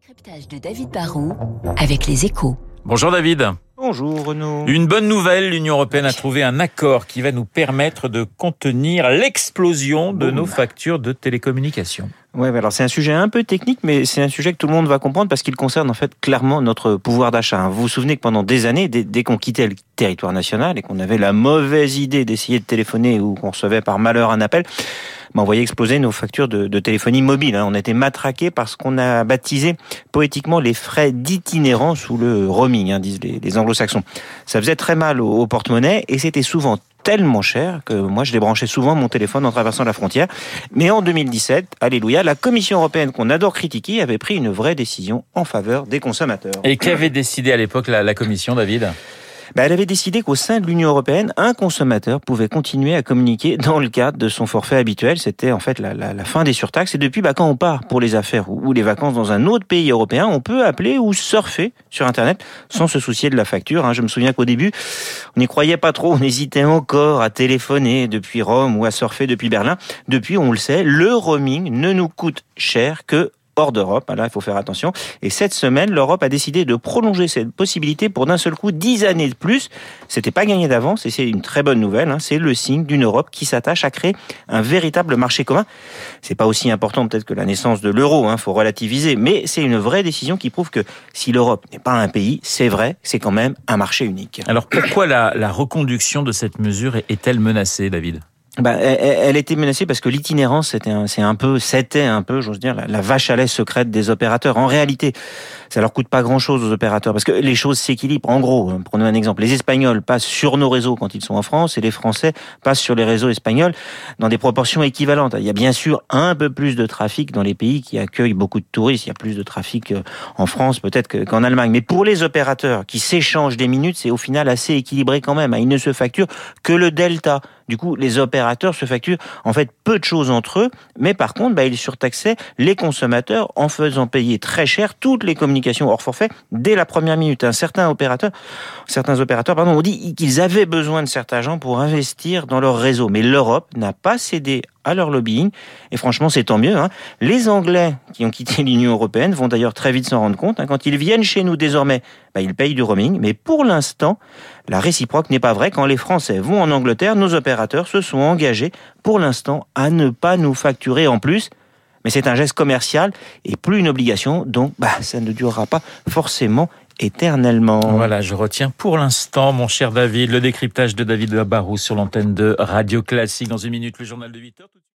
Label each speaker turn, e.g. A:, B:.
A: Décryptage de David Barrault avec Les Échos.
B: Bonjour David.
C: Bonjour Renaud.
B: Une bonne nouvelle, l'Union européenne a trouvé un accord qui va nous permettre de contenir l'explosion de nos factures de télécommunications.
C: Ouais, alors c'est un sujet un peu technique, mais c'est un sujet que tout le monde va comprendre parce qu'il concerne en fait clairement notre pouvoir d'achat. Vous vous souvenez que pendant des années, dès qu'on quittait le territoire national et qu'on avait la mauvaise idée d'essayer de téléphoner ou qu'on recevait par malheur un appel, on voyait exploser nos factures de téléphonie mobile. On était matraqués par ce qu'on a baptisé poétiquement les frais d'itinérance ou le roaming, disent les anglo-saxons. Ça faisait très mal au porte-monnaie et c'était souvent tellement cher que moi je débranchais souvent mon téléphone en traversant la frontière. Mais en 2017, alléluia, la Commission européenne qu'on adore critiquer avait pris une vraie décision en faveur des consommateurs.
B: Et qu'avait décidé à l'époque la Commission, David ?
C: Elle avait décidé qu'au sein de l'Union européenne, un consommateur pouvait continuer à communiquer dans le cadre de son forfait habituel. C'était en fait la fin des surtaxes. Et depuis, quand on part pour les affaires ou les vacances dans un autre pays européen, on peut appeler ou surfer sur Internet sans se soucier de la facture. Je me souviens qu'au début, on n'y croyait pas trop. On hésitait encore à téléphoner depuis Rome ou à surfer depuis Berlin. Depuis, on le sait, le roaming ne nous coûte cher que hors d'Europe. Là, il faut faire attention. Et cette semaine, l'Europe a décidé de prolonger cette possibilité pour d'un seul coup 10 années de plus. C'était pas gagné d'avance et c'est une très bonne nouvelle. C'est le signe d'une Europe qui s'attache à créer un véritable marché commun. C'est pas aussi important peut-être que la naissance de l'euro. Faut relativiser. Mais c'est une vraie décision qui prouve que si l'Europe n'est pas un pays, c'est vrai, c'est quand même un marché unique.
B: Alors pourquoi la reconduction de cette mesure est-elle menacée, David ?
C: Elle était menacée parce que l'itinérance c'était un peu, j'ose dire, la vache à lait secrète des opérateurs. En réalité, ça leur coûte pas grand-chose aux opérateurs parce que les choses s'équilibrent. En gros, prenons un exemple. Les Espagnols passent sur nos réseaux quand ils sont en France et les Français passent sur les réseaux espagnols dans des proportions équivalentes. Il y a bien sûr un peu plus de trafic dans les pays qui accueillent beaucoup de touristes. Il y a plus de trafic en France peut-être qu'en Allemagne. Mais pour les opérateurs qui s'échangent des minutes, c'est au final assez équilibré quand même. Ils ne se facturent que le delta. Du coup, les opérateurs se facturent en fait peu de choses entre eux, mais par contre, ils surtaxaient les consommateurs en faisant payer très cher toutes les communications hors forfait dès la première minute. Certains opérateurs ont dit qu'ils avaient besoin de cet argent pour investir dans leur réseau, mais l'Europe n'a pas cédé à leur lobbying, et franchement c'est tant mieux. Les Anglais qui ont quitté l'Union européenne vont d'ailleurs très vite s'en rendre compte. Quand ils viennent chez nous désormais, ils payent du roaming, mais pour l'instant, la réciproque n'est pas vraie. Quand les Français vont en Angleterre, nos opérateurs se sont engagés pour l'instant à ne pas nous facturer en plus. Mais c'est un geste commercial et plus une obligation, donc ça ne durera pas forcément éternellement.
B: Voilà, je retiens pour l'instant, mon cher David, le décryptage de David Barrault sur l'antenne de Radio Classique. Dans une minute, le journal de 8h.